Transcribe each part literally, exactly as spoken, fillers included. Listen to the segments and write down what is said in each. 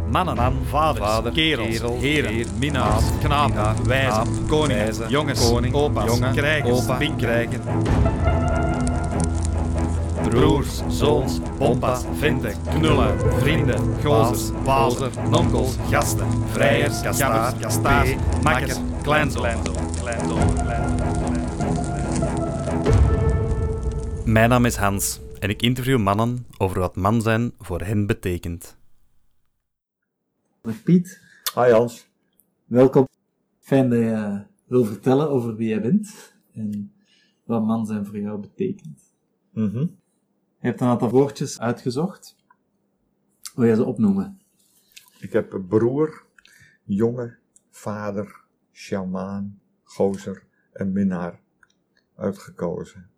Mannen, Man, vaders, vader, kerels, kerel, heren, heer, minnaars, maat, knapen, minnaar, wijzen, knaap, koningen, wijze, jongens, koning, opa's, jongen, krijgers, opa, pinkrijken, broers, zoons, bompas, venten, knullen, vrienden, gozers, wazer, nonkels, gasten, vrijers, gammers, kastaars, makkers, kleinzoon. Mijn naam is Hans en ik interview mannen over wat man zijn voor hen betekent. Dag Piet, Hi Hans. welkom. Fijn dat je wil vertellen over wie jij bent en wat man zijn voor jou betekent. Mm-hmm. Je hebt een aantal woordjes uitgezocht. Wil jij ze opnoemen? Ik heb broer, jongen, vader, sjamaan, gozer en minnaar uitgekozen.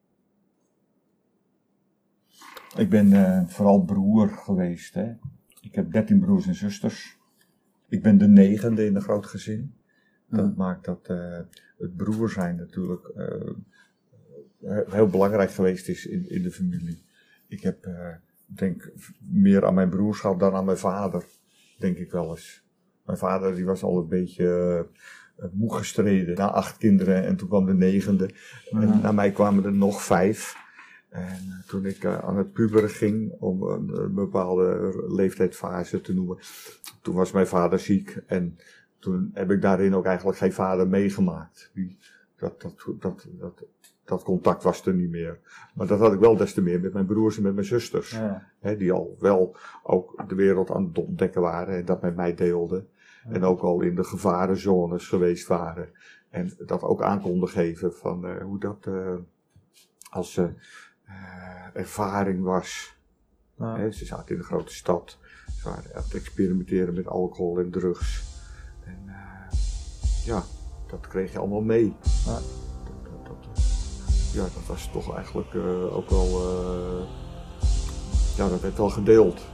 Ik ben uh, vooral broer geweest. Hè. Ik heb dertien broers en zusters. Ik ben de negende in een groot gezin. Dat Ja. maakt dat uh, het broer zijn natuurlijk uh, heel belangrijk geweest is in, in de familie. Ik heb, uh, denk meer aan mijn broerschap dan aan mijn vader, denk ik wel eens. Mijn vader die was al een beetje uh, moe gestreden na acht kinderen en toen kwam de negende. Ja. En na mij kwamen er nog vijf. En uh, toen ik uh, aan het puberen ging, om een, een bepaalde leeftijdsfase te noemen, toen was mijn vader ziek en toen heb ik daarin ook eigenlijk geen vader meegemaakt. Die, dat, dat, dat, dat, dat contact was er niet meer. Maar dat had ik wel des te meer met mijn broers en met mijn zusters. Ja. Hè, die al wel ook de wereld aan het ontdekken waren en dat met mij deelden. Ja. En ook al in de gevarenzones geweest waren. En dat ook aan konden geven van uh, hoe dat uh, als uh, uh, ervaring was. Ja. Hè, ze zaten in een grote stad. Ze waren aan het experimenteren met alcohol en drugs. En uh, ja, dat kreeg je allemaal mee. Ja. Dat, dat, dat, ja, dat was toch eigenlijk uh, ook wel, uh, ja, dat werd wel gedeeld.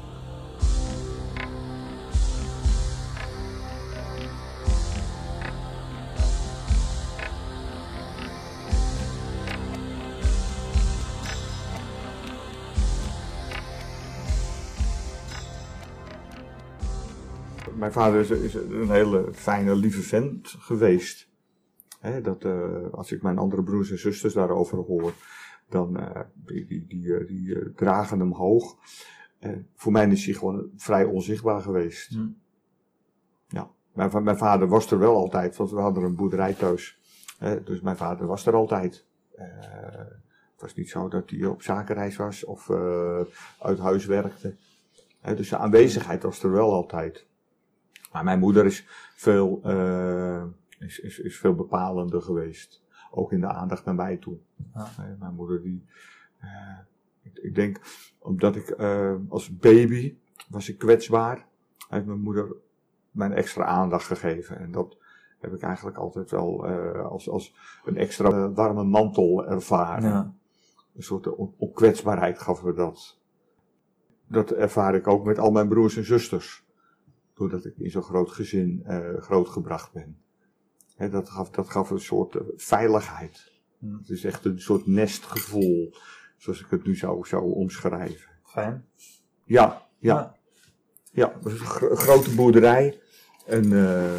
Mijn vader is, is een hele fijne, lieve vent geweest. He, dat, uh, als ik mijn andere broers en zusters daarover hoor, dan uh, die, die, die, die uh, dragen hem hoog. En voor mij is hij gewoon vrij onzichtbaar geweest. Hm. Ja, mijn, mijn vader was er wel altijd, want we hadden een boerderij thuis. He, dus mijn vader was er altijd. Uh, het was niet zo dat hij op zakenreis was of uh, uit huis werkte. He, dus zijn aanwezigheid was er wel altijd. Maar mijn moeder is veel, uh, is, is, is veel bepalender geweest. Ook in de aandacht naar mij toe. Ja. Uh, mijn moeder die, uh, ik, ik denk, omdat ik uh, als baby was ik kwetsbaar, heeft mijn moeder mijn extra aandacht gegeven. En dat heb ik eigenlijk altijd wel uh, als, als een extra uh, warme mantel ervaren. Ja. Een soort on- onkwetsbaarheid gaf me dat. Dat ervaar ik ook met al mijn broers en zusters. Doordat ik in zo'n groot gezin uh, grootgebracht ben. He, dat, gaf, dat gaf een soort uh, veiligheid. Hm. Het is echt een soort nestgevoel. Zoals ik het nu zou, zou omschrijven. Fijn. Ja, ja. Ja. Ja, het was een gro- grote boerderij. En uh,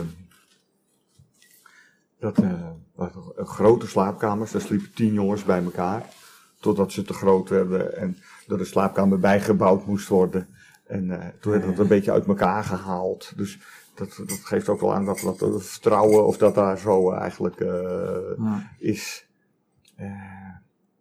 dat uh, waren een grote slaapkamers. Daar sliepen tien jongens bij elkaar. Totdat ze te groot werden en er een slaapkamer bijgebouwd moest worden. En uh, toen werd het een beetje uit elkaar gehaald. Dus dat, dat geeft ook wel aan dat, dat het vertrouwen of dat daar zo eigenlijk uh, Ja. is. Uh,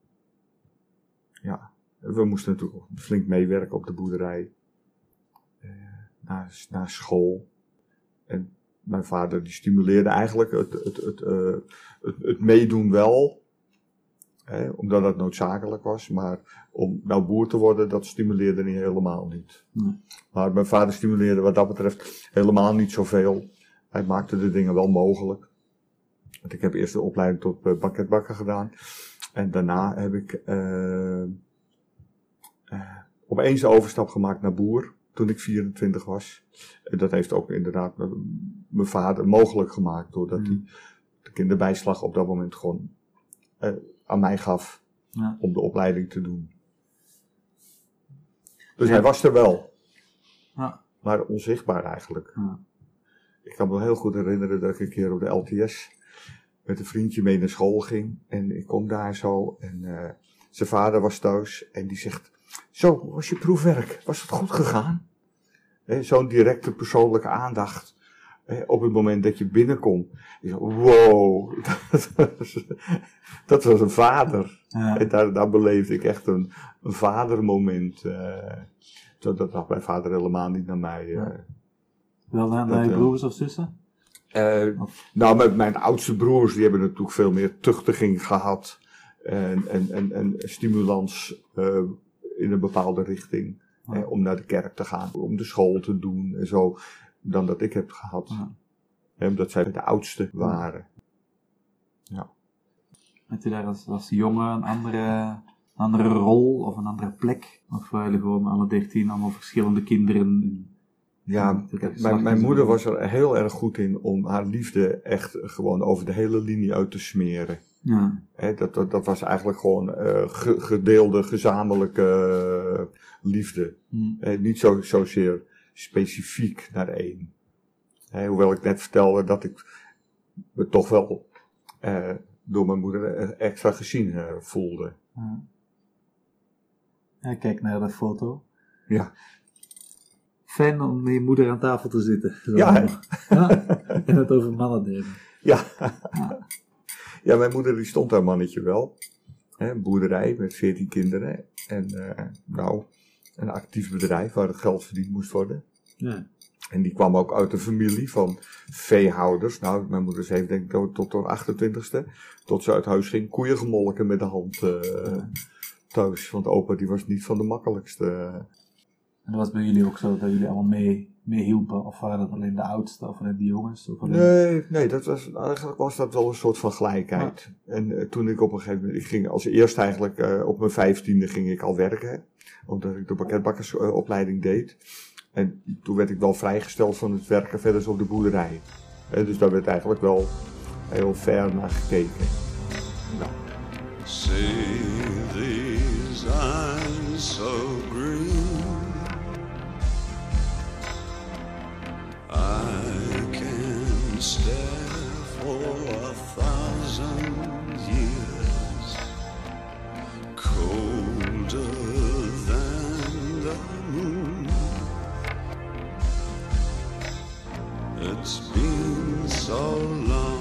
ja, we moesten natuurlijk flink meewerken op de boerderij. Uh, naar, naar school. En mijn vader die stimuleerde eigenlijk het, het, het, uh, het, het meedoen wel. Hè, omdat dat noodzakelijk was, maar om nou boer te worden, dat stimuleerde hij helemaal niet. Nee. Maar mijn vader stimuleerde wat dat betreft helemaal niet zoveel. Hij maakte de dingen wel mogelijk. Want ik heb eerst de opleiding tot uh, banketbakker gedaan. En daarna heb ik uh, uh, opeens de overstap gemaakt naar boer, toen ik vierentwintig was. En dat heeft ook inderdaad mijn vader mogelijk gemaakt, doordat Mm. hij de kinderbijslag op dat moment gewoon uh, aan mij gaf. Ja. Om de opleiding te doen. Dus Ja. hij was er wel. Ja. maar onzichtbaar eigenlijk. Ja. Ik kan me heel goed herinneren dat ik een keer op de L T S met een vriendje mee naar school ging. En ik kom daar zo en uh, zijn vader was thuis en die zegt, zo, hoe was je proefwerk? Was het goed gegaan? He, zo'n directe persoonlijke aandacht. He, op het moment dat je binnenkomt. Je zo, wow, dat was, dat was een vader. Ja. En daar, daar beleefde ik echt een, een vadermoment. Uh, dat, dat had mijn vader helemaal niet naar mij. Uh, ja. Wel naar, naar je broers of zussen? Uh, nou, met mijn oudste broers, die hebben natuurlijk veel meer tuchtiging gehad. En, en, en, en stimulans uh, in een bepaalde richting. Ja. Eh, om naar de kerk te gaan, om de school te doen en zo. Dan dat ik heb gehad. Ja. En omdat zij de oudste waren. Ja. Had je daar als, als jongen een andere, een andere rol of een andere plek? Of waren jullie gewoon alle dertien allemaal verschillende kinderen? Ja, mijn, mijn moeder was er heel erg goed in om haar liefde echt gewoon over de hele linie uit te smeren. Ja. He, dat, dat, dat was eigenlijk gewoon uh, ge, gedeelde, gezamenlijke uh, liefde. Hmm. He, niet zo, zozeer specifiek naar één. He, hoewel ik net vertelde dat ik me toch wel uh, door mijn moeder extra gezien uh, voelde. Ja. Ja, kijk naar dat foto. Ja. Fijn om met je moeder aan tafel te zitten. Zo. Ja, ja. En het over mannen nemen. Ja. Ja. Ja, mijn moeder die stond haar mannetje wel. Hè, een boerderij met veertien kinderen. En uh, nou, een actief bedrijf waar het geld verdiend moest worden. Ja. En die kwam ook uit een familie van veehouders. Nou, mijn moeder zei denk ik tot haar achtentwintigste. Tot ze uit huis ging koeien gemolken met de hand uh, ja. thuis. Want opa die was niet van de makkelijkste. En dat was bij jullie ook zo dat jullie allemaal mee, mee hielpen? Of waren dat alleen de oudste of alleen de jongens? Of alleen... Nee, nee dat was, eigenlijk was dat wel een soort van gelijkheid. Ja. En uh, toen ik op een gegeven moment, ik ging als eerste eigenlijk uh, op mijn vijftiende ging ik al werken. Omdat ik de pakketbakkersopleiding uh, deed. En toen werd ik wel vrijgesteld van het werken verder op de boerderij. Uh, dus daar werd eigenlijk wel heel ver naar gekeken. Nou. See these eyes so green. I can stare for a thousand years, colder than the moon. It's been so long.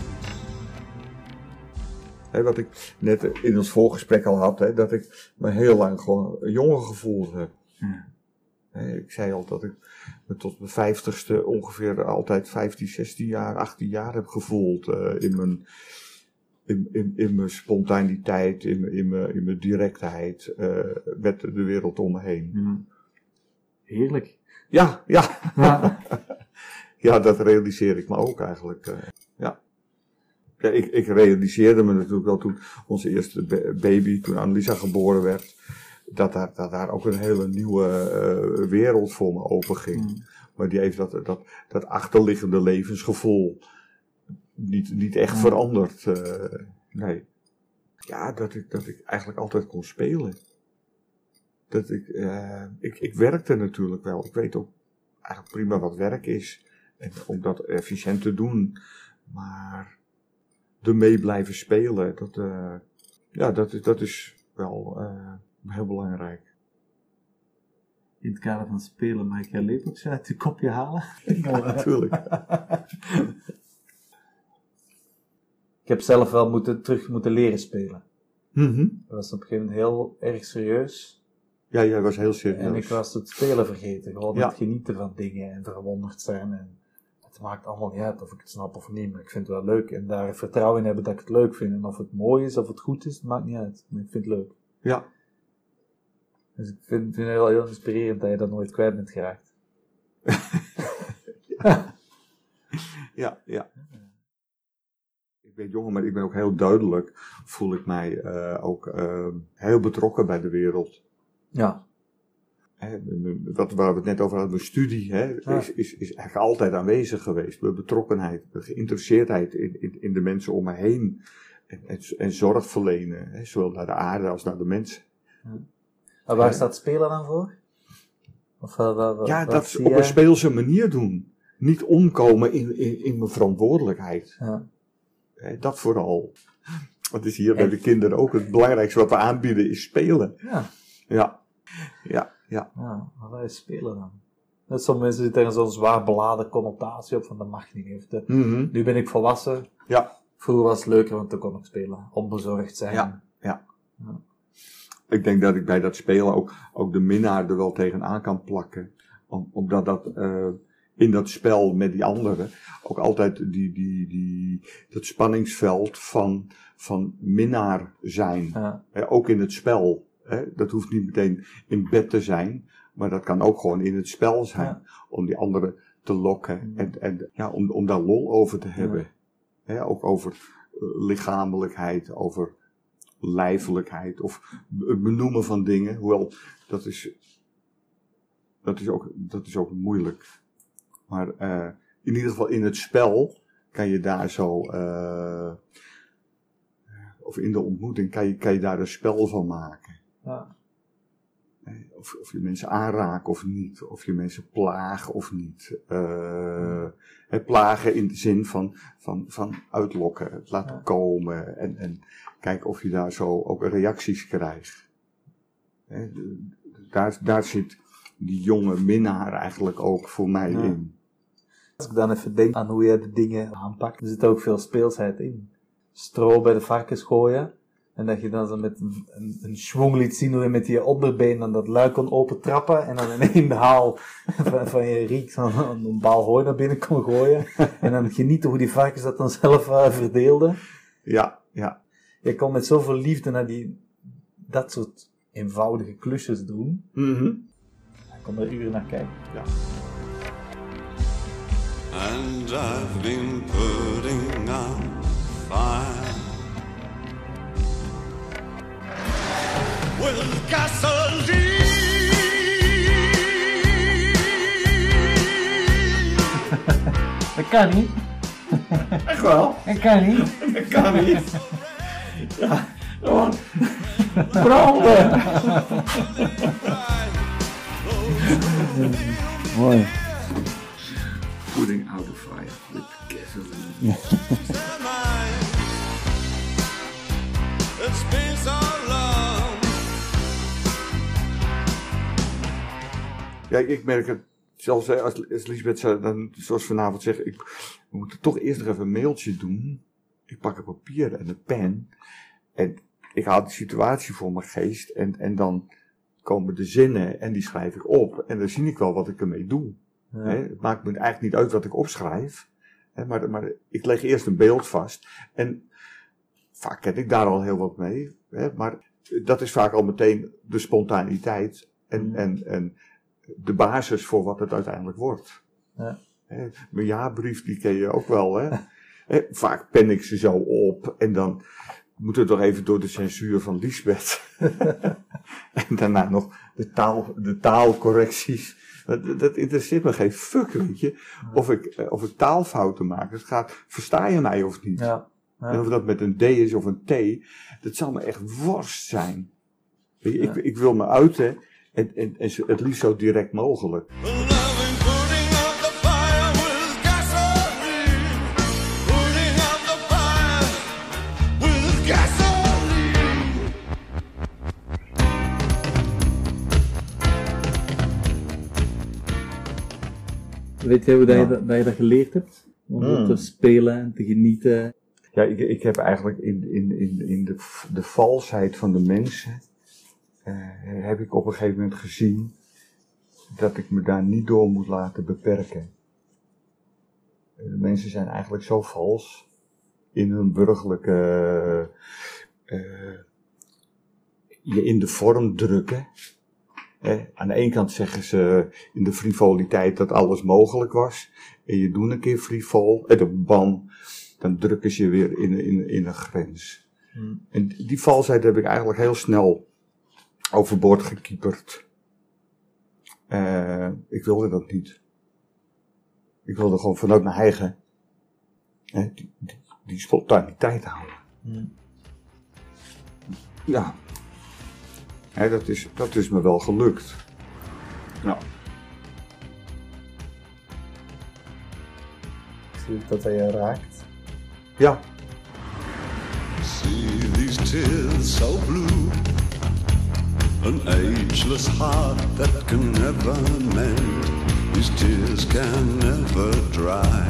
He, wat ik net in ons voorgesprek al had, he, dat ik me heel lang gewoon een jongen gevoeld heb. Ja. He, ik zei al dat ik me tot mijn vijftigste ongeveer altijd vijftien, zestien jaar, achttien jaar heb gevoeld. Uh, in, mijn, in, in, in mijn spontaniteit, in mijn, in mijn, in mijn directheid, uh, met de wereld om me heen. Ja. Heerlijk. Ja, ja. Ja. Ja, dat realiseer ik me ook eigenlijk. Uh, ja. Ja, ik, ik realiseerde me natuurlijk wel toen onze eerste baby, toen Annelisa geboren werd, dat daar, dat daar ook een hele nieuwe uh, wereld voor me open ging. Mm. Maar die heeft dat, dat, dat achterliggende levensgevoel niet, niet echt mm. veranderd. Uh, nee. Ja, dat ik, dat ik eigenlijk altijd kon spelen. Dat ik, uh, ik, ik werkte natuurlijk wel. Ik weet ook eigenlijk prima wat werk is. En om dat efficiënt te doen. Maar ermee blijven spelen, dat, uh, ja, dat, dat is wel uh, heel belangrijk. In het kader van spelen mag ik jouw lepeltje uit je kopje halen? Ja, natuurlijk. Ik heb zelf wel moeten, terug moeten leren spelen. Mm-hmm. Dat was op een gegeven moment heel erg serieus. Ja, jij was heel serieus. En ik was het spelen vergeten. Gewoon ja. het genieten van dingen en verwonderd zijn. En het maakt allemaal niet uit of ik het snap of niet, maar ik vind het wel leuk. En daar vertrouwen in hebben dat ik het leuk vind. En of het mooi is, of het goed is, het maakt niet uit. Maar ik vind het leuk. Ja. Dus ik vind, vind het heel, heel inspirerend dat je dat nooit kwijt bent geraakt. ja. ja, ja. Ik ben jonger, maar ik ben ook heel duidelijk, voel ik mij uh, ook uh, heel betrokken bij de wereld. Ja. He, wat, waar we het net over hadden, mijn studie, he, ja. is, is, is eigenlijk altijd aanwezig geweest. Mijn betrokkenheid, mijn geïnteresseerdheid in, in, in de mensen om me heen. En, en, en zorg verlenen, he, zowel naar de aarde als naar de mensen. Ja. Maar waar staat spelen dan voor? Of, wat, wat, wat, Ja, wat dat zie op jij? een speelse manier doen. Niet omkomen in, in, in mijn verantwoordelijkheid. Ja. Eh, Dat vooral. Dat is hier bij En- de kinderen ook het belangrijkste wat we aanbieden, is spelen. Ja. Ja, ja, ja. Ja, wat wij spelen dan. Net sommige mensen zitten er zo'n zwaar beladen connotatie op van dat mag niet. Heeft, hè. Mhm. Nu ben ik volwassen. Ja. Vroeger was het leuker, want toen kon ik spelen. Onbezorgd zijn. Ja. Ja. Ja. Ik denk dat ik bij dat spelen ook, ook de minnaar er wel tegenaan kan plakken. Om, omdat dat eh, in dat spel met die anderen ook altijd die, die, die, dat spanningsveld van, van minnaar zijn. Ja. Hè, ook in het spel. Hè, dat hoeft niet meteen in bed te zijn, maar dat kan ook gewoon in het spel zijn. Ja. Om die anderen te lokken Ja. en, en ja, om, om daar lol over te hebben. Hè, ook over uh, lichamelijkheid, over lijfelijkheid of het benoemen van dingen. Hoewel, dat is, dat is, ook, dat is ook moeilijk. Maar uh, in ieder geval in het spel kan je daar zo, uh, of in de ontmoeting kan je, kan je daar een spel van maken. Ja. Of, of je mensen aanraakt of niet, of je mensen plaagt of niet. Uh, hè, plagen in de zin van, van, van uitlokken, het laten Ja. komen en, en kijken of je daar zo ook reacties krijgt. Hè, de- daar, daar zit die jonge minnaar eigenlijk ook voor mij Ja. in. Als ik dan even denk aan hoe jij de dingen aanpakt, er zit ook veel speelsheid in. Stro bij de varkens gooien. En dat je dan zo met een, een, een schwung liet zien hoe je met je onderbeen dan dat luik kon open trappen. En dan in één haal van, van je riek dan een baal hooi naar binnen kon gooien. En dan genieten hoe die varkens dat dan zelf uh, verdeelden. Ja, ja. Je kon met zoveel liefde naar die, dat soort eenvoudige klusjes doen. Mhm. Ik kon er uren naar kijken. Ja. And I've been putting out fire with gasoline. Dat kan niet. Echt wel? Dat kan niet. Dat kan niet. Ja, gewoon branden. Mooi. Putting out the fire with gasoline. It's been so long. Ja, ik merk het zelfs hè, als, als Lisbeth zo- dan, zoals vanavond zegt, ik, we moeten toch eerst nog even een mailtje doen. Ik pak een papier en een pen en ik haal de situatie voor mijn geest en, en dan komen de zinnen en die schrijf ik op en dan zie ik wel wat ik ermee doe. Ja. Hè, het maakt me eigenlijk niet uit wat ik opschrijf, hè, maar, maar ik leg eerst een beeld vast en vaak ken ik daar al heel wat mee, hè, maar dat is vaak al meteen de spontaniteit en, en, en de basis voor wat het uiteindelijk wordt. Ja. Hè, mijn jaarbrief, die ken je ook wel. Hè? Hè, vaak pen ik ze zo op en dan moet het toch even door de censuur van Lisbeth. En daarna nog de, taal, de taalcorrecties. Dat, dat interesseert me geen fuck, weet je. Of ik, eh, of ik taalfouten maak. Het gaat, versta je mij of niet? Ja. En Ja. of dat met een D is of een T, dat zal me echt worst zijn. Weet je, Ja. ik, ik wil me uiten en, en, en zo- het liefst zo direct mogelijk. Well, I've been putting out the fire with gasoline. Putting out the fire with gasoline. Weet jij hoe dat, Ja. je, dat, dat je dat geleerd hebt? Om Mm. te spelen en te genieten. Ja, ik, ik heb eigenlijk in, in, in, in de, de valsheid van de mensen, eh, heb ik op een gegeven moment gezien dat ik me daar niet door moet laten beperken. De mensen zijn eigenlijk zo vals in hun burgerlijke, eh, je in de vorm drukken. Eh, aan de ene kant zeggen ze in de frivoliteit dat alles mogelijk was. En je doet een keer frivol, en dan bam, dan drukken ze je weer in, in, in een grens. Hmm. En die valsheid heb ik eigenlijk heel snel overboord gekieperd. Uh, ik wilde dat niet. Ik wilde gewoon vanuit mijn eigen eh, die, die, die spontaniteit houden. Hmm. Ja. Hè, dat, is, dat is me wel gelukt. Nou, natuurlijk dat hij je raakt. Ja, See these tears so blue, an ageless heart that can never mend. These tears can never dry.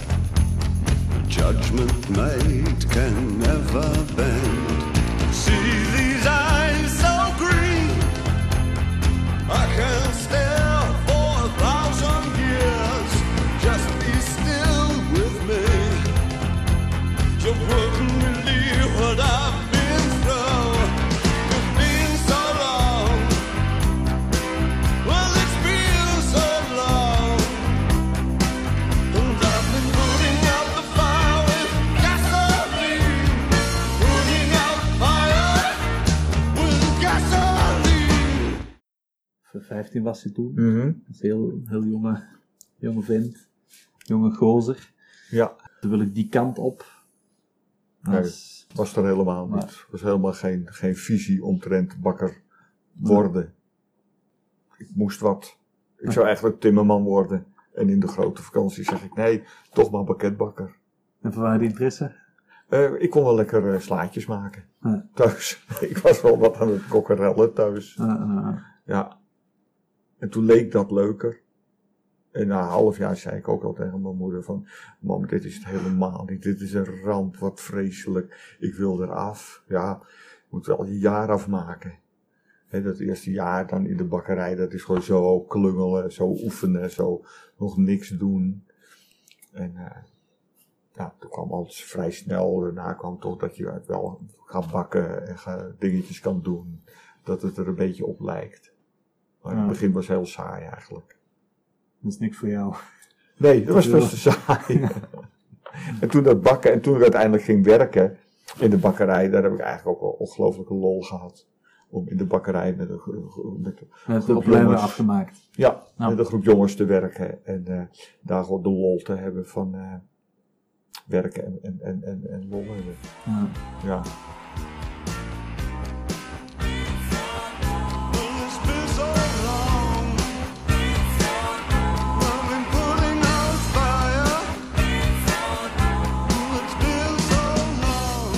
Judgment made can never bend. See these eyes so green, I can stare for a thousand years. Just be still with me. You wouldn't believe what I've been through. It's been so long. Well, it's been so long. And I've been putting out the fire with gasoline. Putting out fire with gasoline. Voor vijftien was hij toen. mhm. Dat is een heel, heel jonge, jonge vent. Jonge gozer. Ja, Dan wil ik die kant op. Dat is- was er helemaal niet. Maar- Er was helemaal geen, geen visie omtrent bakker worden. Ik moest wat. Ik zou eigenlijk timmerman worden. En in de grote vakantie zeg ik, nee, toch maar pakketbakker. En voor waar die interesse? Eh, ik kon wel lekker eh, slaatjes maken. Ja. Thuis. Ik was wel wat aan het kokkerellen thuis. Uh, uh, Ja. En toen leek dat leuker. En na een half jaar zei ik ook al tegen mijn moeder van, mam, dit is het helemaal niet. Dit is een ramp, wat vreselijk. Ik wil eraf. Ja, je moet wel je jaar afmaken. He, dat eerste jaar dan in de bakkerij, dat is gewoon zo klungelen, zo oefenen, zo nog niks doen. En uh, ja, toen kwam alles vrij snel. Daarna kwam toch dat je wel gaat bakken en ga, dingetjes kan doen. Dat het er een beetje op lijkt. Maar in het Ja. begin was het heel saai eigenlijk. dat is niks voor jou. Nee, dat was best te saai. En toen dat bakken, en toen ik uiteindelijk ging werken in de bakkerij, daar heb ik eigenlijk ook wel ongelooflijke lol gehad. Om in de bakkerij met een, met, Met de groep opleiding jongens. afgemaakt. ja, Ja. met een groep jongens te werken. En uh, daar gewoon de lol te hebben van uh, werken en, en, en, en, en lol hebben. Ja. Ja. Well, it's been so long. I've been putting out fire. Well, it's been so long.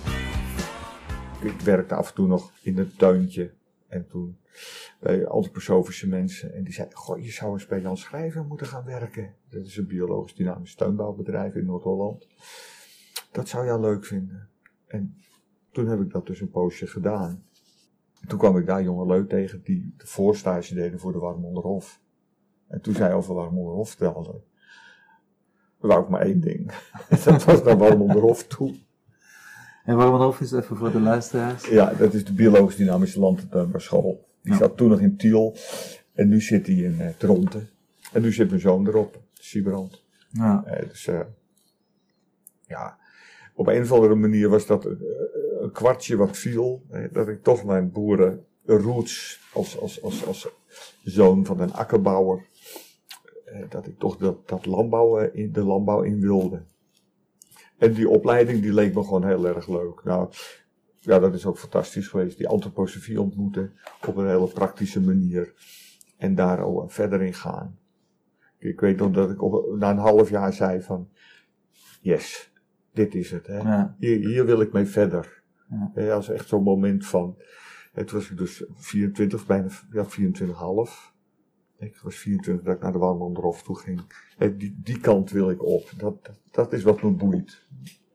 Ik werkte af en toe nog in een tuintje. En toen bij antroposofische mensen. En die zeiden, goh, je zou eens bij Jan Schrijver moeten gaan werken. Dat is een biologisch dynamisch tuinbouwbedrijf in Noord-Holland. Dat zou jij leuk vinden. En toen heb ik dat dus een poosje gedaan. En toen kwam ik daar jongelui tegen die de voorstage deden voor de Warmonderhof. En toen zij over Warmonderhof vertelde, wou ik maar één ding. Dat was naar Warmonderhof toe. En Warmenhof is even voor de luisteraars. Ja, dat is de biologisch dynamische land- en tuinbouwschool. Die Ja. zat toen nog in Tiel. En nu zit hij in uh, Dronten. En nu zit mijn zoon erop, Siebrand. Ja. Uh, dus uh, ja, op een of andere manier was dat uh, een kwartje wat viel. Uh, dat ik toch mijn boeren roots als, als, als, als zoon van een akkerbouwer. Uh, dat ik toch dat, dat landbouw, uh, in, de landbouw in wilde. En die opleiding die leek me gewoon heel erg leuk. Nou, ja, dat is ook fantastisch geweest. Die antroposofie ontmoeten op een hele praktische manier. En daar al verder in gaan. Ik weet nog dat ik op, na een half jaar zei van, yes, dit is het. Hè. Ja. Hier, hier wil ik mee verder. Ja. Ja, dat was echt zo'n moment van, het was ik dus vierentwintig, bijna ja, vierentwintig komma vijf. Ik was vierentwintig dat ik naar de Warmonderhof toe ging. Hè, die, die kant wil ik op. Dat, dat, dat is wat me boeit.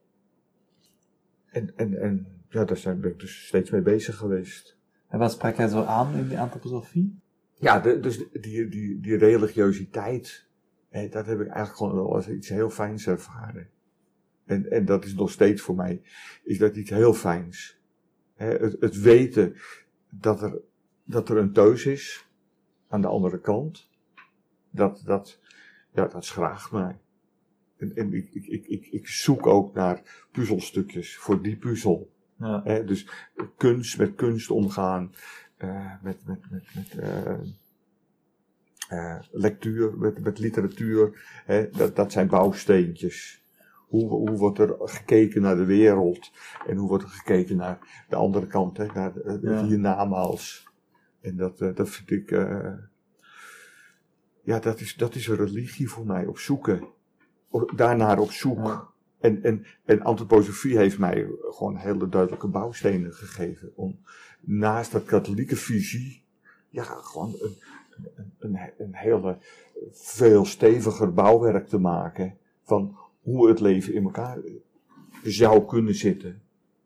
En, en, en ja, daar zijn, ben ik dus steeds mee bezig geweest. En wat sprak jij zo aan in die antroposofie? Ja, de, dus die, die, die religiositeit, hè, dat heb ik eigenlijk gewoon wel als iets heel fijns ervaren. En, en dat is nog steeds voor mij, is dat iets heel fijns. Hè, het, het weten dat er, dat er een thuis is, aan de andere kant, dat, dat, ja, dat schraagt mij. En, en ik, ik, ik, ik, ik zoek ook naar puzzelstukjes voor die puzzel. Ja. Hè, dus kunst, met kunst omgaan, uh, met, met, met, met uh, uh, lectuur, met, met literatuur, hè, dat, dat zijn bouwsteentjes. Hoe, hoe wordt er gekeken naar de wereld en hoe wordt er gekeken naar de andere kant, hè, naar de, de Ja. hiernamaals. En dat, uh, dat vind ik, uh, ja, dat is, dat is een religie voor mij, op zoeken. daarnaar op zoek. Ja. En, en, en antroposofie heeft mij gewoon hele duidelijke bouwstenen gegeven. Om naast dat katholieke visie, ja, gewoon een, een, een, een hele veel steviger bouwwerk te maken. Van hoe het leven in elkaar zou kunnen zitten.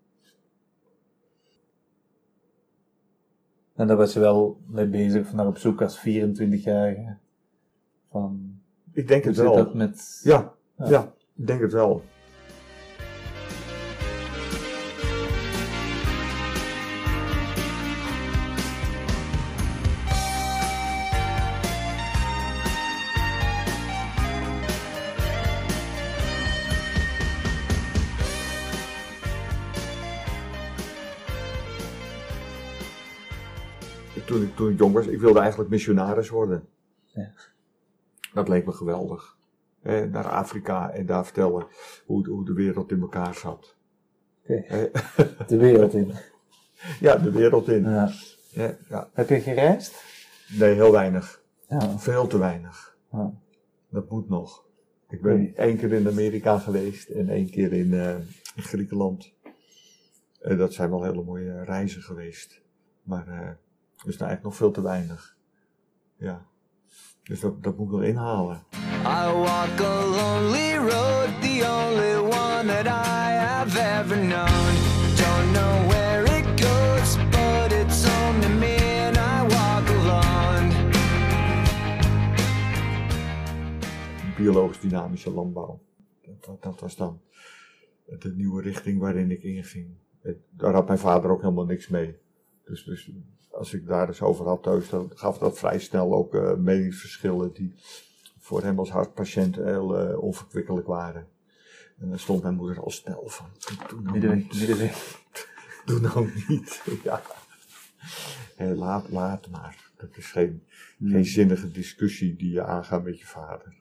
En daar was je wel mee bezig, van naar op zoek als vierentwintigjarige. Van, Ik denk hoe het zit wel. dat met... Ja, Ja. ja, ik denk het wel. Toen ik, toen ik jong was, ik wilde eigenlijk missionaris worden. Ja. Dat leek me geweldig. Eh, naar Afrika en daar vertellen hoe, hoe de wereld in elkaar zat. Oké, Eh, de wereld in. ja, de wereld in. Ja. Ja, ja. Heb je gereisd? Nee, heel weinig. Ja. Veel te weinig. Ja. Dat moet nog. Ik ben Oké. één keer in Amerika geweest en één keer in, uh, in Griekenland. Uh, dat zijn wel hele mooie reizen geweest. Maar uh, dus nou eigenlijk nog veel te weinig. Ja. Dus dat, dat moet ik nog inhalen. I walk a lonely road, the only one that I have ever known. Don't know where it goes, but it's home to me and I walk alone. Biologisch dynamische landbouw. Dat, dat, dat was dan de nieuwe richting waarin ik inging. Het, daar had mijn vader ook helemaal niks mee. Dus, dus als ik daar eens over had thuis, dan gaf dat vrij snel ook uh, meningsverschillen die voor hem als hartpatiënt heel uh, onverkwikkelijk waren. En dan stond mijn moeder al snel van, doe nou Middenweg, niet. middenweg. Doe nou niet. Ja. Eh, laat, laat maar. Dat is geen, geen zinnige discussie die je aangaat met je vader.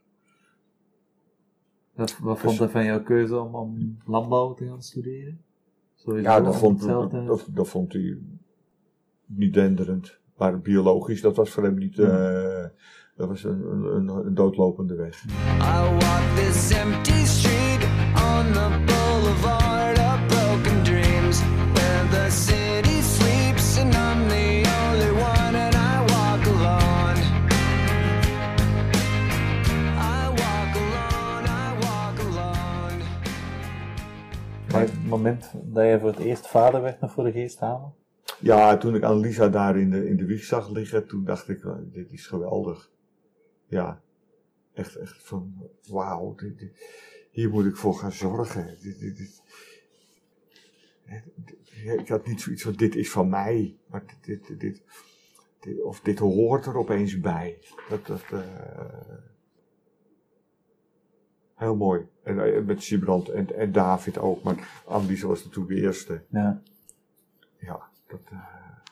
Wat, wat vond hij van jouw keuze om, om landbouw te gaan studeren? Sowieso Ja, dat op vond, hetzelfde- dat, dat vond hij niet denderend. Maar biologisch, dat was voor hem niet, uh, dat was een, een, een doodlopende weg. I walk this empty street on the boulevard of broken dreams, where the city sleeps and I'm the only one and I walk alone. I walk alone, I walk alone. Maar het moment dat je voor het eerst vader werd nog voor de geest halen? Ja, toen ik Annelisa daar in de, in de wieg zag liggen, toen dacht ik, uh, dit is geweldig. Ja, echt, echt van, wauw, dit, dit, hier moet ik voor gaan zorgen. Dit, dit, dit, ik had niet zoiets van, dit is van mij, maar dit, dit, dit, dit of dit hoort er opeens bij. Dat, dat, uh, heel mooi. En uh, met Sibrand en, en David ook, maar Annelisa was natuurlijk de eerste. Ja. Ja, dat, uh,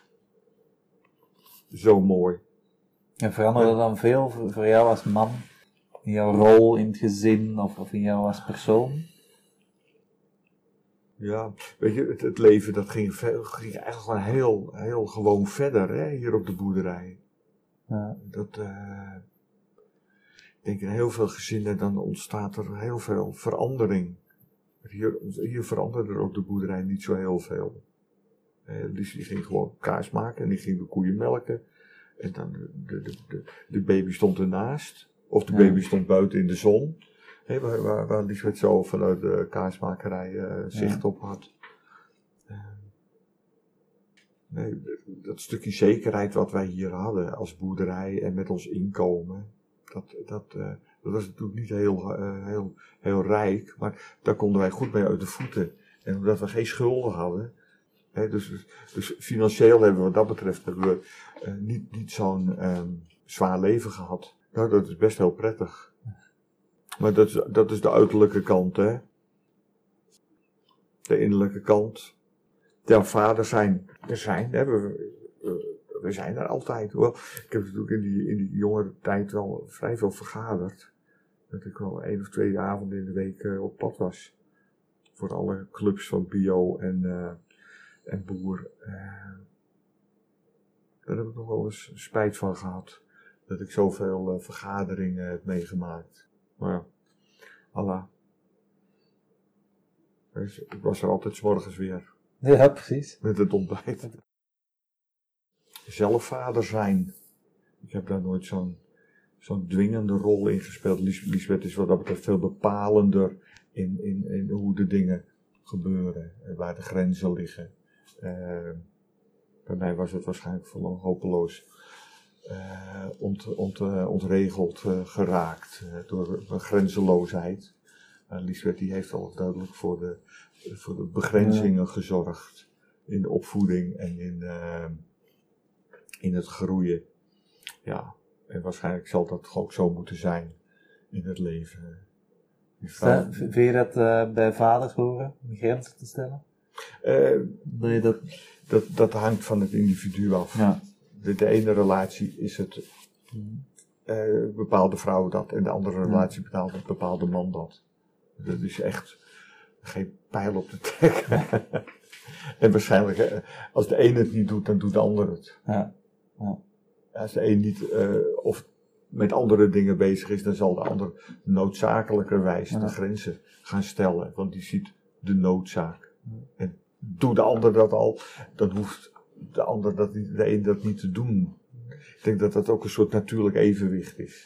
zo mooi. En veranderde dan veel voor, voor jou als man? In jouw rol in het gezin of, of in jou als persoon? Ja, weet je, het, het leven dat ging, ve- ging eigenlijk gewoon heel, heel gewoon verder, hè, hier op de boerderij. Ja. Dat, uh, ik denk in heel veel gezinnen, dan ontstaat er heel veel verandering. Hier, hier veranderde er ook de boerderij niet zo heel veel. Uh, dus die ging gewoon kaas maken en die ging de koeien melken. En dan de, de, de, de, de baby stond ernaast. Of de Ja. baby stond buiten in de zon. He, waar, waar, waar Liesbeth zo vanuit de kaasmakerij uh, zicht Ja. op had. Uh, nee, dat stukje zekerheid wat wij hier hadden als boerderij en met ons inkomen. Dat, dat, uh, dat was natuurlijk niet heel, uh, heel, heel rijk. Maar daar konden wij goed mee uit de voeten. En omdat we geen schulden hadden. He, dus, dus, dus financieel hebben we wat dat betreft hebben we, uh, niet, niet zo'n um, zwaar leven gehad. Nou, dat is best heel prettig. Maar dat is, dat is de uiterlijke kant, hè. De innerlijke kant. Ja, vader zijn. We zijn, hè. We, we, we zijn er altijd. Hoewel, ik heb natuurlijk in die, in die jongere tijd wel vrij veel vergaderd. Dat ik wel één of twee avonden in de week uh, op pad was. Voor alle clubs van bio en, uh, en boer. Uh, daar heb ik nog wel eens spijt van gehad. Dat ik zoveel uh, vergaderingen heb meegemaakt. Maar Allah. Dus ik was er altijd 's morgens weer. Ja, precies. Met het ontbijt. Zelf vader zijn. Ik heb daar nooit zo'n, zo'n dwingende rol in gespeeld. Lies, Liesbeth is wat dat betreft veel bepalender in, in, in hoe de dingen gebeuren. En waar de grenzen liggen. Uh, bij mij was het waarschijnlijk volledig hopeloos uh, ont, ont, uh, ontregeld uh, geraakt uh, door mijn grenzeloosheid. Uh, Liesbeth die heeft al duidelijk voor de, voor de begrenzingen ja. gezorgd. In de opvoeding en in, uh, in het groeien. Ja, en waarschijnlijk zal dat ook zo moeten zijn in het leven. Vrouw... Vind je dat uh, bij vaders horen, om grenzen te stellen? Uh, nee, dat... Dat, dat hangt van het individu af. Ja. De, de ene relatie is het uh, bepaalde vrouw dat en de andere relatie bepaalt een bepaalde man dat. Dat is echt geen pijl op te trekken. En waarschijnlijk, uh, als de ene het niet doet, dan doet de ander het. Ja. Ja. Als de een niet uh, of met andere dingen bezig is, dan zal de ander noodzakelijkerwijs ja. de grenzen gaan stellen. Want die ziet de noodzaak. Ja. En doe de ander dat al, dan hoeft de ander dat niet, de een dat niet te doen. Ik denk dat dat ook een soort natuurlijk evenwicht is.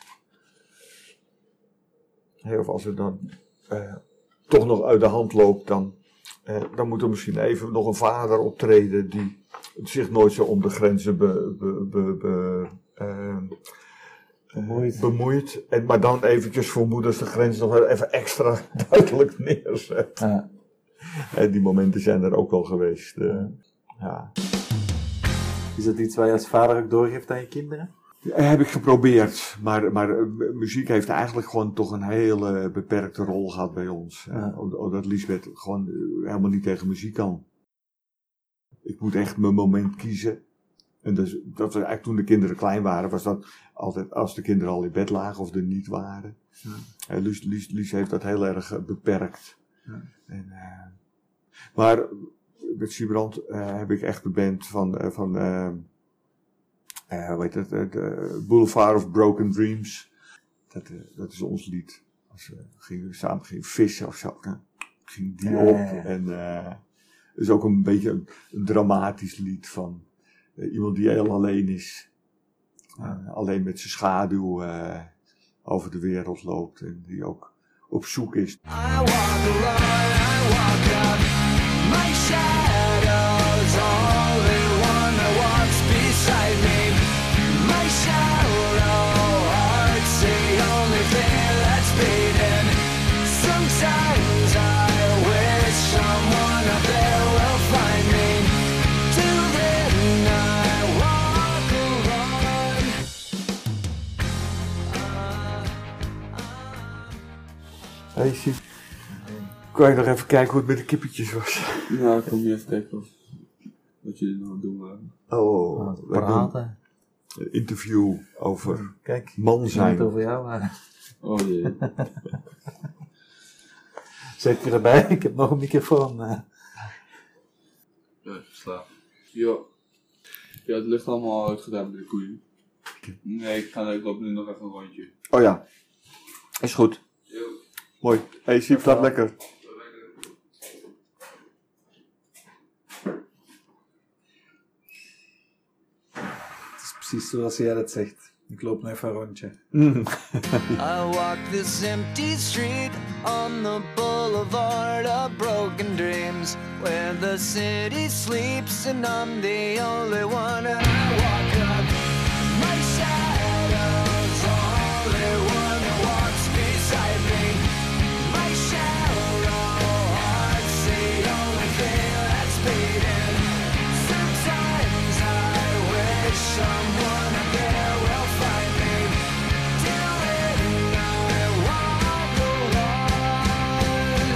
Hey, of als het dan uh, toch nog uit de hand loopt, dan, uh, dan moet er misschien even nog een vader optreden die zich nooit zo om de grenzen be, be, be, be, uh, bemoeit. bemoeit. En, maar dan eventjes voor moeders de grens nog even extra duidelijk neerzet. Ja. En die momenten zijn er ook wel geweest. Uh, ja. Is dat iets wat je als vader ook doorgeeft aan je kinderen? Ja, heb ik geprobeerd. Maar, maar uh, muziek heeft eigenlijk gewoon toch een hele beperkte rol gehad bij ons. Ja. Uh, omdat Liesbeth gewoon uh, helemaal niet tegen muziek kan. Ik moet echt mijn moment kiezen. En dus, dat was eigenlijk toen de kinderen klein waren, was dat altijd als de kinderen al in bed lagen of er niet waren. Ja. Uh, Lies, Lies, Lies heeft dat heel erg uh, beperkt. Ja. En, uh, maar met Siebrand uh, heb ik echt de band van, uh, van uh, uh, hoe heet het, uh, de Boulevard of Broken Dreams. Dat, uh, dat is ons lied. Als we gingen, samen gingen vissen of zo, dan ging die op. Uh. En uh, het is ook een beetje een, een dramatisch lied van uh, iemand die heel alleen is. Uh, alleen met zijn schaduw uh, over de wereld loopt en die ook op zoek is. I walk alone, I walk up. My shadow's only one that walks beside me. My shallow heart's the only thing that's beating. Sometimes I wish someone up there will find me. Till then I walk alone. Hey, Siep. Kan je nog even kijken hoe het met de kippetjes was? Ja, ik kom nu even kijken of, wat jullie nog aan het doen waren. Oh, oh we praten. doen een interview over Kijk, man zijn. het over jou waren. Oh jee. Zet je erbij? Ik heb nog een microfoon. Uh. Ja, ik versta. Ja. Ja, het ligt allemaal uitgedaan met de koeien. Nee, ik, ga, ik loop nu nog even een rondje. Oh ja, is goed. Yo. Mooi. Hey, Siep, slaap lekker. Het is precies zoals jij dat zegt. Ik loop nog even een rondje. Mm. I walk this empty street on the boulevard of broken dreams, where the city sleeps and I'm the only one. And I walk up, my shadow's only one that walks beside me. My shallow heart's the only thing that's beating. Sometimes I wish someone up there will find me. Till then I walk alone.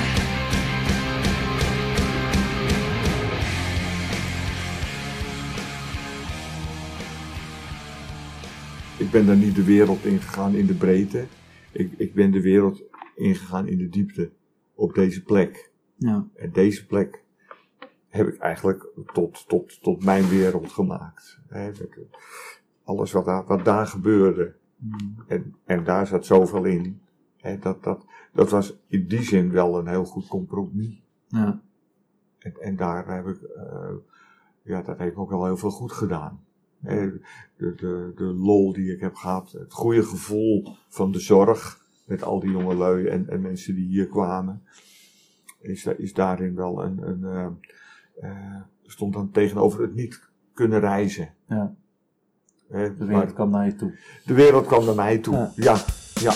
Ik ben daar niet de wereld ingegaan in de breedte. Ik, ik ben de wereld ingegaan in de diepte. Op deze plek. Ja. En deze plek heb ik eigenlijk tot, tot, tot mijn wereld gemaakt. He, alles wat daar, wat daar gebeurde. Mm. En, en daar zat zoveel in. He, dat, dat, dat was in die zin wel een heel goed compromis. Ja. En, en daar heb ik, uh, ja, dat heeft ook wel heel veel goed gedaan. He, de, de, de lol die ik heb gehad, het goede gevoel van de zorg met al die jongelui en, en mensen die hier kwamen, is, is daarin wel een, een uh, uh, stond dan tegenover het niet kunnen reizen. Ja. He, De wereld kwam naar je toe. De wereld kwam naar mij toe, ja, ja. ja.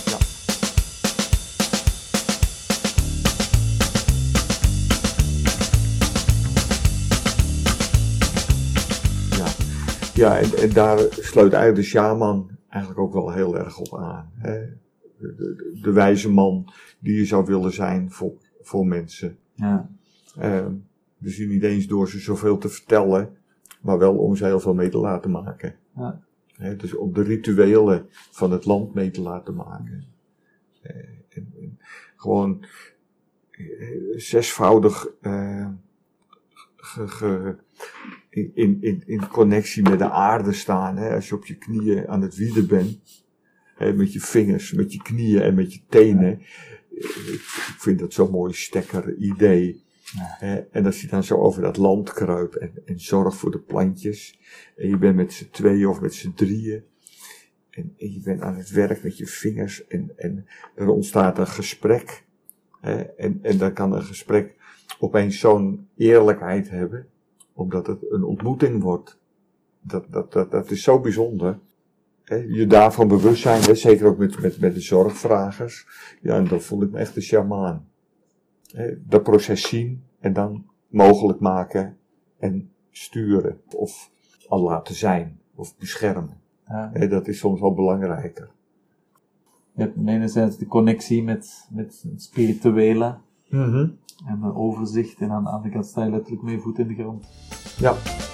Ja, en, en daar sluit eigenlijk de shaman eigenlijk ook wel heel erg op aan. Hè? De, de, de wijze man die je zou willen zijn voor, voor mensen. Ja. Uh, dus niet eens door ze zoveel te vertellen, maar wel om ze heel veel mee te laten maken. Ja. Hè? Dus om de rituelen van het land mee te laten maken. Uh, en, en gewoon uh, zesvoudig uh, ge, ge, In, in, in connectie met de aarde staan, hè, als je op je knieën aan het wieden bent, hè, met je vingers, met je knieën en met je tenen. Ik, ik vind dat zo'n mooi stekker idee. Ja. Hè, en als je dan zo over dat land kruipt en, en zorgt voor de plantjes, en je bent met z'n tweeën of met z'n drieën, en, en je bent aan het werk met je vingers, en, en er ontstaat een gesprek, hè, en, en dan kan een gesprek opeens zo'n eerlijkheid hebben, omdat het een ontmoeting wordt. Dat, dat, dat, dat is zo bijzonder. He, je daarvan bewust zijn, he, zeker ook met, met, met de zorgvragers. Ja, en dan voel ik me echt een sjamaan. Dat proces zien en dan mogelijk maken en sturen. Of al laten zijn. Of beschermen. Ja. He, dat is soms wel belangrijker. Je hebt enerzijds de connectie met, met het spirituele. Mm-hmm. En een overzicht, en aan de andere kant sta je letterlijk met je voet in de grond. Ja.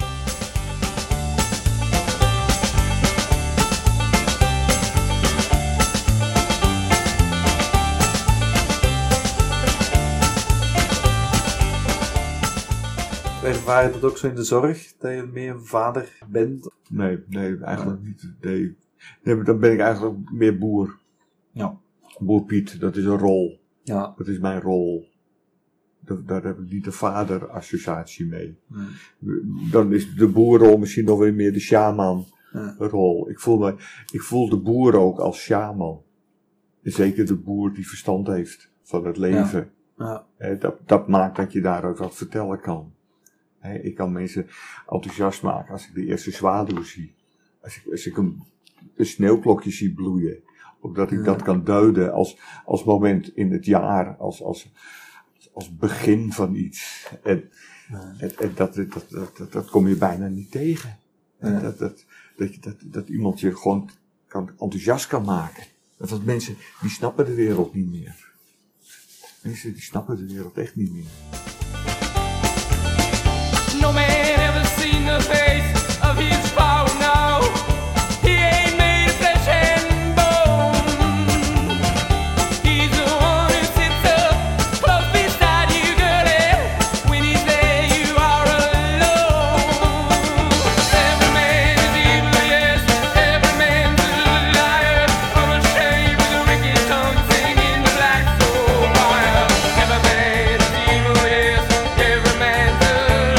Ervaar je dat ook zo in de zorg, dat je meer een vader bent? Nee, nee, eigenlijk niet. Nee. Nee, maar dan ben ik eigenlijk meer boer. Ja. Boer Piet, dat is een rol. Ja. Dat is mijn rol. Daar, daar heb ik niet de vaderassociatie mee. Nee. Dan is de boerrol misschien nog weer meer de shaman-rol. Ik voel me, ik voel de boer ook als shaman. Zeker de boer die verstand heeft van het leven. Ja. Ja. Dat, dat maakt dat je daar ook wat vertellen kan. Ik kan mensen enthousiast maken als ik de eerste zwaluw zie. Als ik, als ik een, een sneeuwklokje zie bloeien. Omdat ik ja. dat kan duiden als, als moment in het jaar. Als, als, als begin van iets. En, ja. en, en dat, dat, dat, dat, dat kom je bijna niet tegen. Ja. Dat, dat, dat, dat, dat iemand je gewoon kan, enthousiast kan maken. Want mensen die snappen de wereld niet meer. Mensen die snappen de wereld echt niet meer. No man ever seen the face of his foe, no. He ain't made of flesh and bone. He's the one who sits up close beside you, girlie. When he's there, you are alone. Every man is evil, yes. Every man's a liar. Unashamed with a wicked tongue, singing the black soul choir. Every man is evil, yes. Every man's a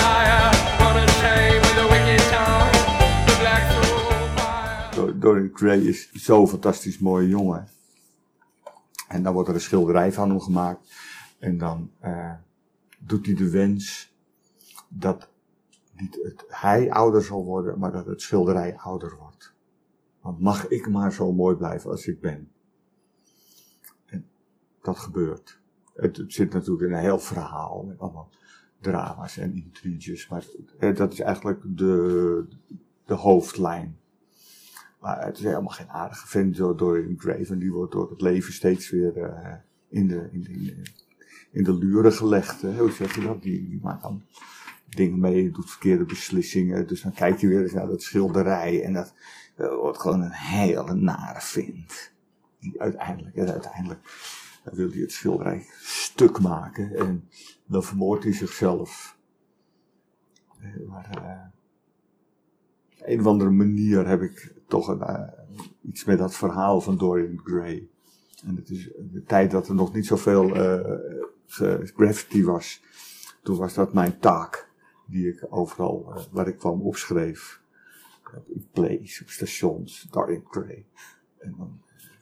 Dorian Gray is zo'n fantastisch mooie jongen. En dan wordt er een schilderij van hem gemaakt. En dan uh, doet hij de wens dat niet het, hij ouder zal worden, maar dat het schilderij ouder wordt. Want mag ik maar zo mooi blijven als ik ben. En dat gebeurt. Het, het zit natuurlijk in een heel verhaal met allemaal drama's en intriges. Maar uh, dat is eigenlijk de, de hoofdlijn. Maar het is helemaal geen aardige vent door Dorian Gray. En die wordt door het leven steeds weer uh, in, de, in, de, in, de, in de luren gelegd. Hè. Hoe zeg je dat? Die, die maakt dan dingen mee, doet verkeerde beslissingen. Dus dan kijk je weer eens naar dat schilderij. En dat, dat wordt gewoon een hele nare vent. Die uiteindelijk, en uiteindelijk dan wil hij het schilderij stuk maken. En dan vermoordt hij zichzelf. Maar uh, op een of andere manier heb ik toch een, uh, iets met dat verhaal van Dorian Gray. En het is de tijd dat er nog niet zoveel uh, graffiti was. Toen was dat mijn taak. Die ik overal, uh, waar ik kwam, opschreef. In plays, op stations, Dorian Gray. En, dan,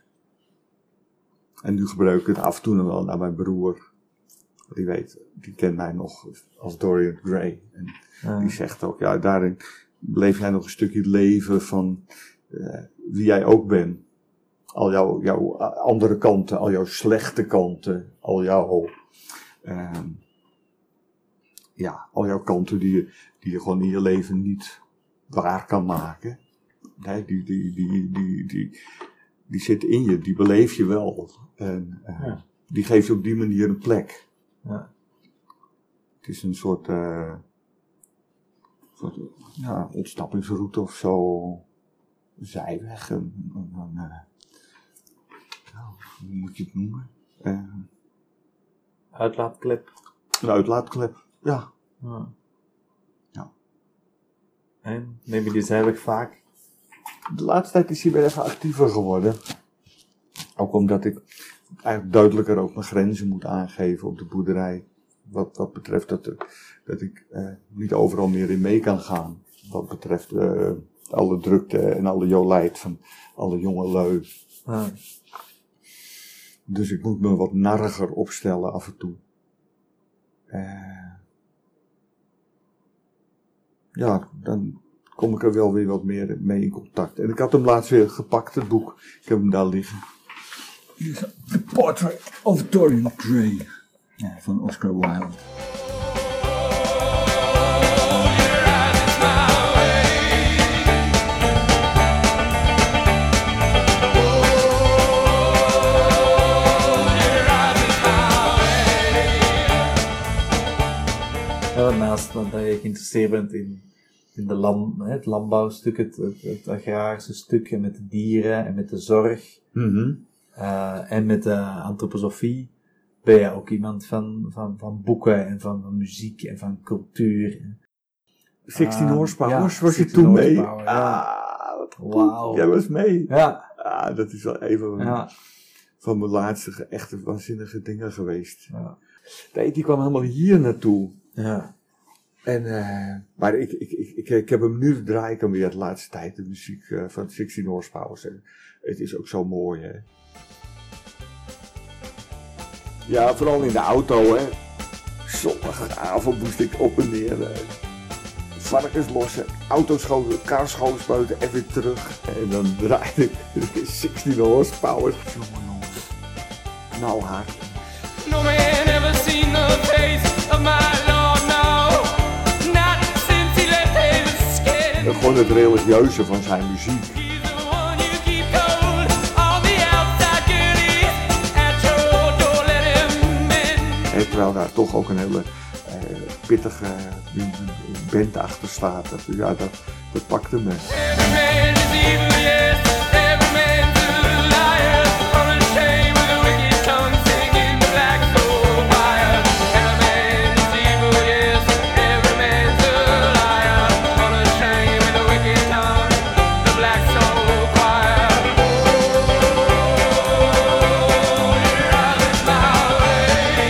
en nu gebruik ik het af en toe nog wel naar mijn broer. Die weet, die kent mij nog als Dorian Gray. En ja. Die zegt ook, ja, daarin beleef jij nog een stukje leven van uh, wie jij ook bent. Al jouw, jouw andere kanten, al jouw slechte kanten, al jouw, uh, ja, al jouw kanten die je, die je gewoon in je leven niet waar kan maken. Nee, die, die, die, die, die, die zit in je, die beleef je wel. En uh, ja. Die geeft je op die manier een plek. Ja. Het is een soort, uh, soort ja, ontsnappingsroute of zo. Zijweg. Een, een, een, uh, nou, hoe moet je het noemen? Uh, Uitlaatklep. Een uitlaatklep, ja. ja. ja. En neem je die zijweg vaak? De laatste tijd is hij weer even actiever geworden. Ook omdat ik eigenlijk duidelijker ook mijn grenzen moet aangeven op de boerderij. Wat, wat betreft dat, er, dat ik uh, niet overal meer in mee kan gaan. Wat betreft uh, alle drukte en alle jolijt van alle jonge lui. Ah. Dus ik moet me wat narriger opstellen af en toe. Uh, ja, dan kom ik er wel weer wat meer mee in contact. En ik had hem laatst weer gepakt, het boek. Ik heb hem daar liggen. The Portrait of Dorian Gray. Ja, van Oscar Wilde. Ja, naast dat je geïnteresseerd bent in, in de land, het landbouwstuk, het, het, het agrarische stuk, en met de dieren en met de zorg, Mm-hmm. uh, en met de antroposofie, ben je ook iemand van, van, van boeken en van, van muziek en van cultuur. zestien Uh, horsepowers, ja, was je zestien toen mee? horsepower, ja. Ah, wat goed. Wauw. Jij was mee. Ja. Ah, dat is wel even Ja. van mijn laatste echte waanzinnige dingen geweest. Ja. Nee, die kwam helemaal hier naartoe. Ja. En, uh, maar ik, ik, ik, ik, ik heb hem nu, draai ik hem weer de laatste tijd, de muziek uh, van zestien horsepowers. En het is ook zo mooi, hè. Ja, vooral in de auto, hè. Zondagavond moest ik op en neer. Uh, varkens lossen, auto schoon, kar schoonspuiten en weer terug. En dan draaide ik zestien horsepowers. Jongen, jongen. Knalhard. No man ever seen the face of my Lord, no. Not since he left his skin. En gewoon het religieuze van zijn muziek. He's the one you keep cold. All the outside goodies at your door, let him in. En terwijl daar toch ook een hele uh, pittige uh, band achter staat. Dat, ja, dat, dat pakte me. Every man is evil, yes. Every man's a liar. Unashamed with a wicked tongue singing the black soul choir. Every man is evil, yes. Every man's a liar. Unashamed with a wicked tongue, the black soul choir. Oh, you're out of my way.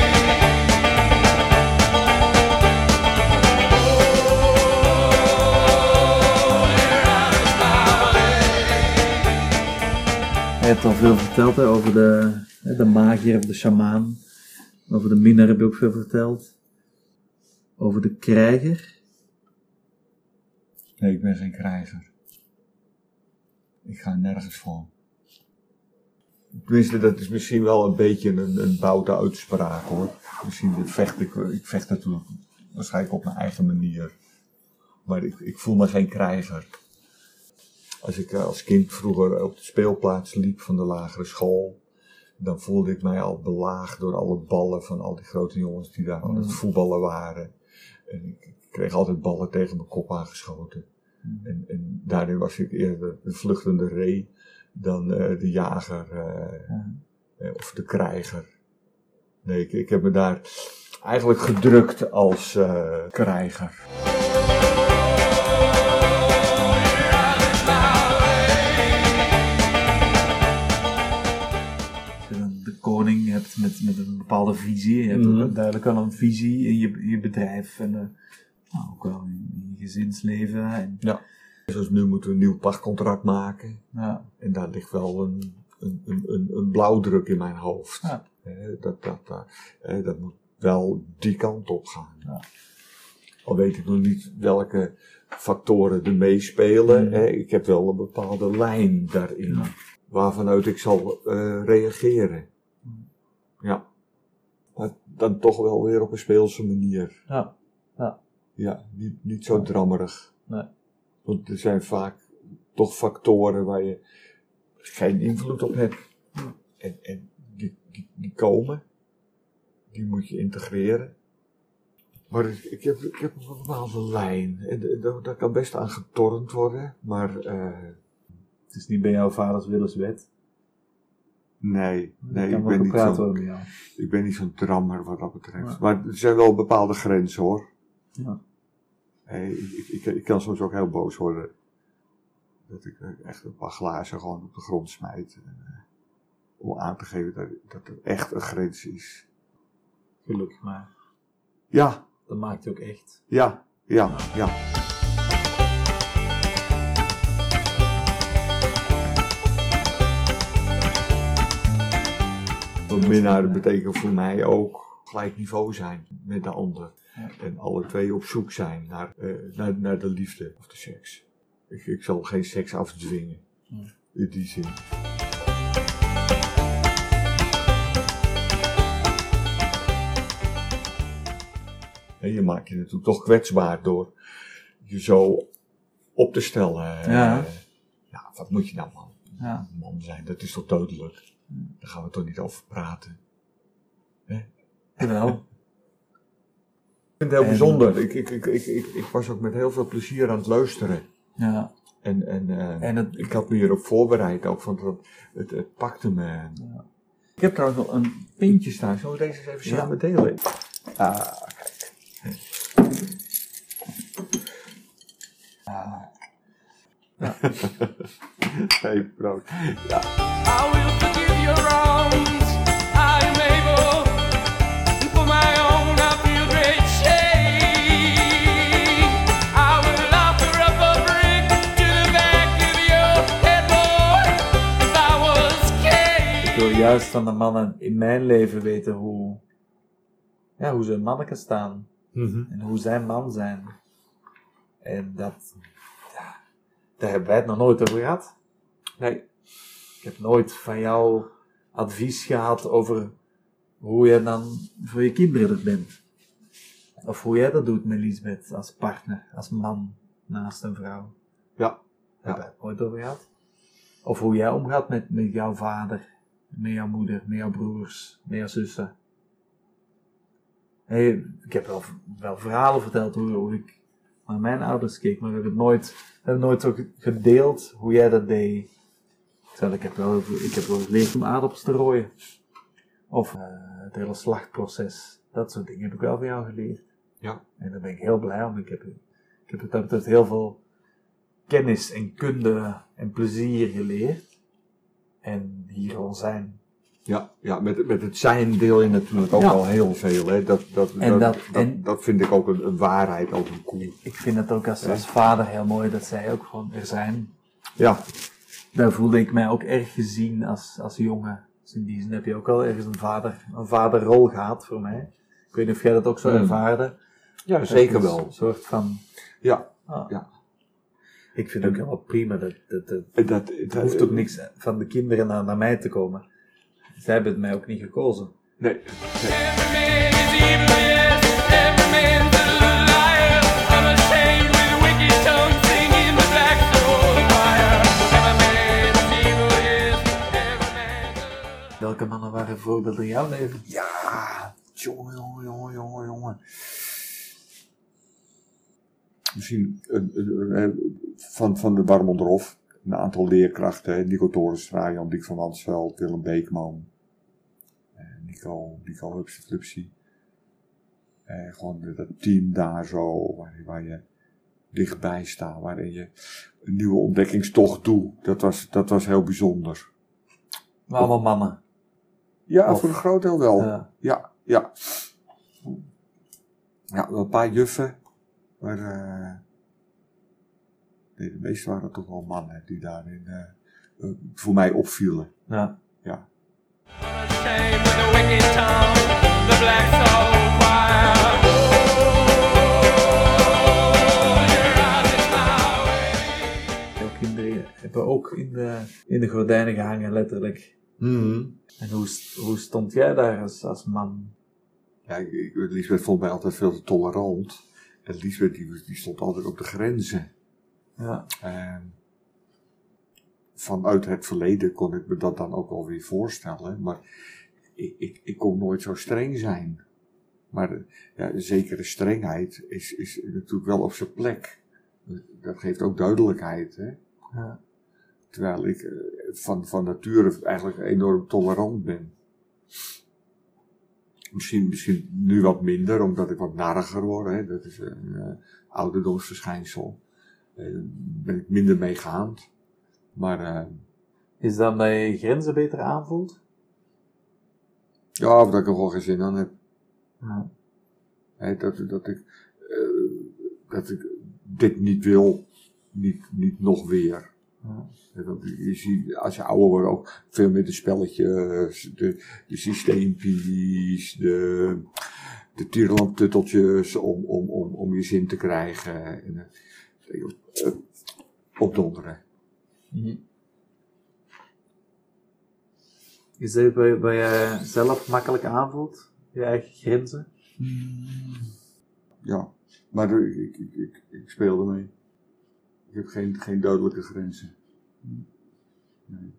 Je hebt al veel verteld hè, over de, de magier of de sjamaan. Over de minnaar heb je ook veel verteld. Over de krijger. Nee, ik ben geen krijger. Ik ga nergens voor. Tenminste, dat is misschien wel een beetje een, een boute uitspraak, hoor. Misschien vecht ik, ik vecht natuurlijk waarschijnlijk op mijn eigen manier. Maar ik, ik voel me geen krijger. Als ik als kind vroeger op de speelplaats liep van de lagere school, dan voelde ik mij al belaagd door alle ballen van al die grote jongens die daar aan het voetballen waren. En ik kreeg altijd ballen tegen mijn kop aangeschoten. En, en daarin was ik eerder de vluchtende ree dan uh, de jager uh, uh, of de krijger. Nee, ik, ik heb me daar eigenlijk gedrukt als uh, krijger. hebt met, met een bepaalde visie. Je hebt Mhm. ook duidelijk wel een visie in je, in je bedrijf en uh, nou, ook wel in, in je gezinsleven. En, Ja. Zoals nu moeten we een nieuw pachtcontract maken. ja, En daar ligt wel een, een, een, een, een blauwdruk in mijn hoofd. Ja. Eh, dat, dat, dat, eh, dat moet wel die kant op gaan. Ja. Al weet ik nog niet welke factoren er meespelen. Mm. Eh, ik heb wel een bepaalde lijn daarin. Ja. Waarvanuit ik zal eh, reageren. Mm. Ja. Maar dan toch wel weer op een speelse manier. ja, ja. Ja, niet, niet zo drammerig. Nee. Want er zijn vaak toch factoren waar je geen invloed op hebt. En, en die, die, die komen. Die moet je integreren. Maar ik, ik, heb, ik heb een bepaalde lijn. En, en daar, daar kan best aan getornd worden. Maar eh, Het is niet bij jouw vaders willenswet. nee, nee kan ik, wel ben niet gepraat zo, worden met jou. ik ben niet zo'n drammer wat dat betreft. Ja. Maar er zijn wel bepaalde grenzen hoor. Ja. Hey, ik, ik, ik, ik kan soms ook heel boos worden. Dat ik eh, echt een paar glazen gewoon op de grond smijt. En, eh, om aan te geven dat, dat er echt een grens is. Gelukkig maar. Ja, Dat maakt je ook echt. ja, ja, ja. Want minnaar betekent voor mij ook gelijk niveau zijn met de ander. Ja. En alle twee op zoek zijn naar, eh, naar, naar de liefde of de seks. Ik, ik zal geen seks afdwingen. Ja. In die zin. En je maakt je natuurlijk toch kwetsbaar door je zo op te stellen. Ja. Eh, ja, wat moet je nou man? Ja. Man zijn, dat is toch dodelijk? Daar gaan we toch niet over praten. Wel. Ik vind het heel En- bijzonder. Ik, ik, ik, ik, ik, ik was ook met heel veel plezier aan het luisteren. Ja. En, en, eh, En het, ik had me hierop voorbereid, ook van het, het, het pakte me. ik heb trouwens nog een Pintje staan, zullen we deze eens even Ja. samen delen? Ah, kijk. Ah, Hey, brood. Ja. I will forgive your wrongs. I am able, and for my own I feel great shame. I will offer up a brick to the back of your head, boy, if I was king. ik wil juist van de mannen in mijn leven weten hoe, ja, hoe ze een manneke staan. Mhm. En hoe zij man zijn. En dat, ja, daar hebben wij het nog nooit over gehad. Nee. Ik heb nooit van jou advies gehad over hoe je dan voor je kinderen er bent. Of hoe jij dat doet met Lisbeth als partner, als man naast een vrouw. Ja. Daar hebben wij het nooit over gehad. Of hoe jij omgaat met, met jouw vader, met jouw moeder, met jouw broers, met jouw zussen. Hey, ik heb wel, wel verhalen verteld hoe, hoe ik naar mijn ouders keek, maar we hebben het nooit, we hebben nooit zo gedeeld hoe jij dat deed. Terwijl ik heb wel, ik heb wel geleerd om aardappels te rooien. Of uh, het hele slachtproces. Dat soort dingen heb ik wel van jou geleerd. Ja. En daar ben ik heel blij om. Ik heb, ik heb wat dat betreft heel veel kennis en kunde en plezier geleerd. En hier gewoon zijn. Ja, ja met, met het zijn deel je natuurlijk ook Ja. al heel veel. Hè. Dat, dat, En dat, dat- dat, en- dat vind ik ook een, een waarheid, ook een koe. Ik vind het ook als, als vader heel mooi dat zij ook gewoon er zijn. Ja, Daar voelde ik mij ook erg gezien als, als jongen. Dus in die zin heb je ook al ergens een, vader, een vaderrol gehad voor mij. Ik weet niet of jij dat ook zo Mm. ervaarde. ja zeker Dat is wel. Een soort van... Ja, ah. Ja. Ik vind het ook helemaal prima. Dat, dat, dat, dat, dat, er hoeft ook niks van de kinderen naar, naar mij te komen. Zij hebben het mij ook niet gekozen. Nee, nee. Every man is evil, yes. Every man's a liar. I'm ashamed with wicked tongue singing the black soul choir. Every man is evil, yes. Every man's a Welke mannen waren voorbeelden in jouw leven? Ja, jongen, jongen, jongen, jongen, jongen. Misschien een, een, een, van, van de Warmondrof, een aantal leerkrachten, hè. Nico Torenstra, Jan Diek van Mansveld, Willem Beekman, eh, Nico, Nico Hupsie Flupsie. Eh, gewoon dat team daar zo, waar, waar je dichtbij staat, waarin je een nieuwe ontdekkingstocht doet. Dat was, dat was heel bijzonder. Maar allemaal mannen. Ja, Of- voor een groot deel wel. Ja. Ja, ja. Ja, wel een paar juffen. Maar uh, nee, de meeste waren toch wel mannen die daarin uh, uh, voor mij opvielen. Ja. Ja. Shame with a wicked tongue, the black soul choir. Your eyes is my way. Jouw kinderen hebben ook in de, in de gordijnen gehangen, letterlijk. Mm-hmm. En hoe, st- hoe stond jij daar als, als man? Ja, ik- ik- Lisbeth vond mij altijd veel te tolerant. En Lisbeth die, die stond altijd op de grenzen. Ja. En vanuit het verleden kon ik me dat dan ook alweer voorstellen. Maar ik, ik, ik kon nooit zo streng zijn. Maar ja, een zekere strengheid is, is natuurlijk wel op zijn plek. Dat geeft ook duidelijkheid. Hè? Ja. Terwijl ik eh, van, van nature eigenlijk enorm tolerant ben. Misschien, misschien nu wat minder, omdat ik wat narriger word. Hè? Dat is een uh, ouderdomsverschijnsel. Daar uh, ben ik minder mee gehaald. Maar uh, Is dat omdat je je grenzen beter aanvoelt? ja, of dat ik er gewoon geen zin aan heb. Ja. Hè, dat, dat, ik, uh, dat ik dit niet wil, niet, niet nog weer. Ja. Hè, want je ziet, als je ouder wordt, ook veel meer de spelletjes, de, de systeempjes, de, de tierenlandtutteltjes om, om, om, om je zin te krijgen. En, uh, uh, opdonderen. Mhm. Is dat wat wat je zelf makkelijk aanvoelt? Je eigen grenzen? Ja, maar er- ik, ik, ik, ik speel ermee. Ik heb geen, geen duidelijke grenzen. Nee.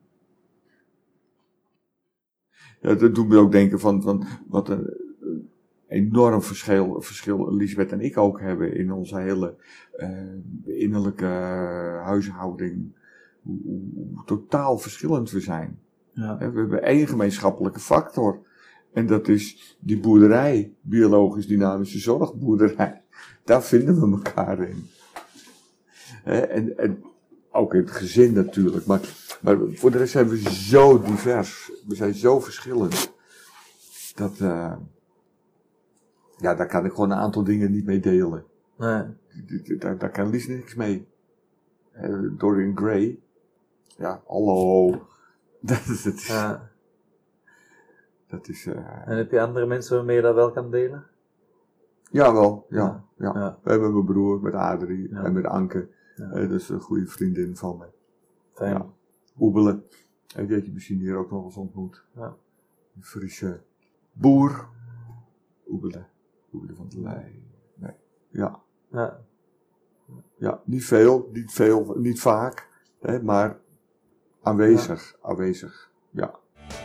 Ja, dat doet me ook denken van, van wat een een enorm verschil, verschil Lisbeth en ik ook hebben in onze hele uh, innerlijke huishouding. Hoe, hoe, hoe totaal verschillend we zijn. Ja. Hè, we hebben één gemeenschappelijke factor. En dat is die boerderij, biologisch dynamische zorgboerderij. Daar vinden we elkaar in. Hè, en, en ook in het gezin natuurlijk. Maar, maar voor de rest zijn we zo divers. We zijn zo verschillend. Dat, uh, ja, daar kan ik gewoon een aantal dingen niet mee delen. Nee. Daar, daar kan Lies niks mee. Uh, Dorian Gray. Ja, hallo. Dat is het. Ja. Dat is, uh, En heb je andere mensen waarmee je dat wel kan delen? jawel, ja, ja. Ja. We hebben mijn broer met Adrie Ja. en met Anke. Ja. Uh, dat is een goede vriendin van me. Fijn. Ja. Oebelen. En die had je misschien hier ook nog eens ontmoet. Ja. Een Friese boer. Oebelen. Oebelen van de Lei. Nee. Ja. Ja. Ja, niet veel, niet veel, niet vaak. Hè, maar aanwezig, aanwezig. Ja.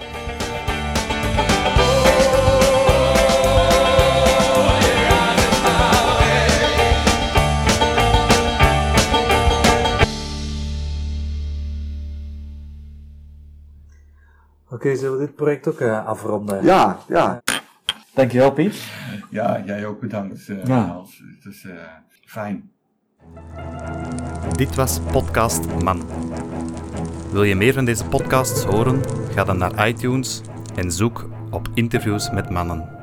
Oké, zullen we dit project ook uh, afronden? Ja, ja. Dankjewel, Piet. Ja, jij ook bedankt, uh, Ja. Hans. Het is uh, fijn. Dit was Podcast Man. Wil je meer van deze podcasts horen? Ga dan naar iTunes en zoek op interviews met mannen.